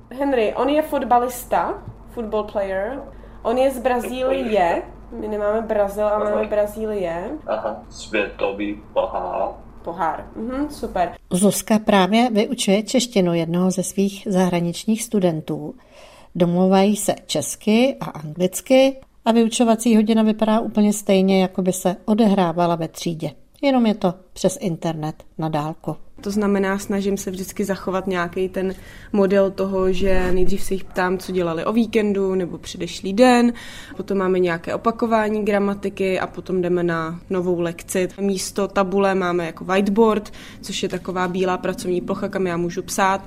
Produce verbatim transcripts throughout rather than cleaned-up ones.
Henry, on je fotbalista, football player. On je z Brazílie. My nemáme Brazil, ale máme Brazílie. Aha, světový pohár. Pohár, mhm, super. Zuzka právě vyučuje češtinu jednoho ze svých zahraničních studentů. Domluvají se česky a anglicky a vyučovací hodina vypadá úplně stejně, jako by se odehrávala ve třídě. Jenom je to přes internet na dálku. To znamená, snažím se vždycky zachovat nějaký ten model toho, že nejdřív se jich ptám, co dělali o víkendu nebo předešlý den, potom máme nějaké opakování gramatiky a potom jdeme na novou lekci. Místo tabule máme jako whiteboard, což je taková bílá pracovní plocha, kam já můžu psát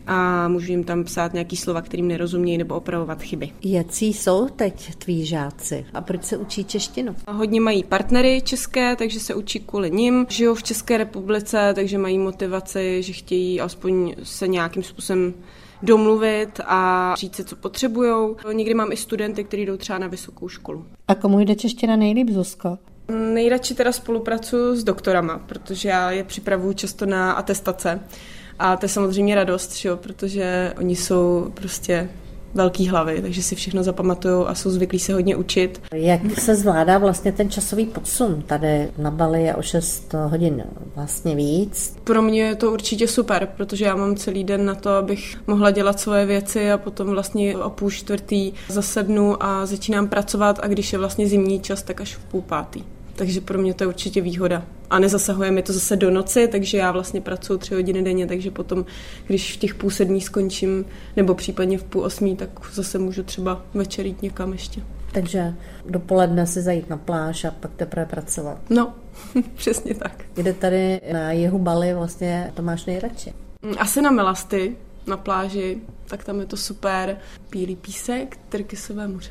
a můžu jim tam psát nějaký slova, kterým nerozumějí, nebo opravovat chyby. Jací jsou teď tví žáci a proč se učí češtinu? Hodně mají partnery české, takže se učí kvůli nim. Žijou v České republice, takže mají motivaci, že chtějí alespoň se nějakým způsobem domluvit a říct si, co potřebujou. Někdy mám i studenty, kteří jdou třeba na vysokou školu. A komu jde čeština nejlíp, Zuzko? Nejradši teda spolupracuji s doktorama, protože já je připravuju často na atestace. A to je samozřejmě radost, že jo, protože oni jsou prostě velký hlavy, takže si všechno zapamatujou a jsou zvyklí se hodně učit. Jak se zvládá vlastně ten časový podsun? Tady na Bali je o šest hodin vlastně víc. Pro mě je to určitě super, protože já mám celý den na to, abych mohla dělat svoje věci a potom vlastně o půl čtvrtý zasednu a začínám pracovat a když je vlastně zimní čas, tak až v půl pátý. Takže pro mě to je určitě výhoda. A nezasahuje mi to zase do noci, takže já vlastně pracuji tři hodiny denně, takže potom, když v těch půl sedmí skončím, nebo případně v půl osmí, tak zase můžu třeba večer jít někam ještě. Takže dopoledne si zajít na pláž a pak teprve pracovat. No, přesně tak. Kde tady na jihu Bali vlastně to máš nejradši? Asi na Melasty, na pláži, tak tam je to super. Bílý písek, Tyrkysové moře.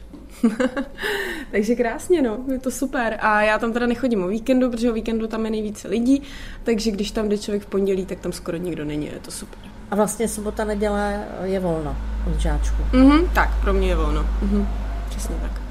Takže krásně, no, je to super. A já tam teda nechodím o víkendu, protože o víkendu tam je nejvíce lidí, takže když tam jde člověk v pondělí, tak tam skoro nikdo není, je to super. A vlastně sobota, neděle je volno od žáčku. Mhm, tak, pro mě je volno. Mhm, přesně tak.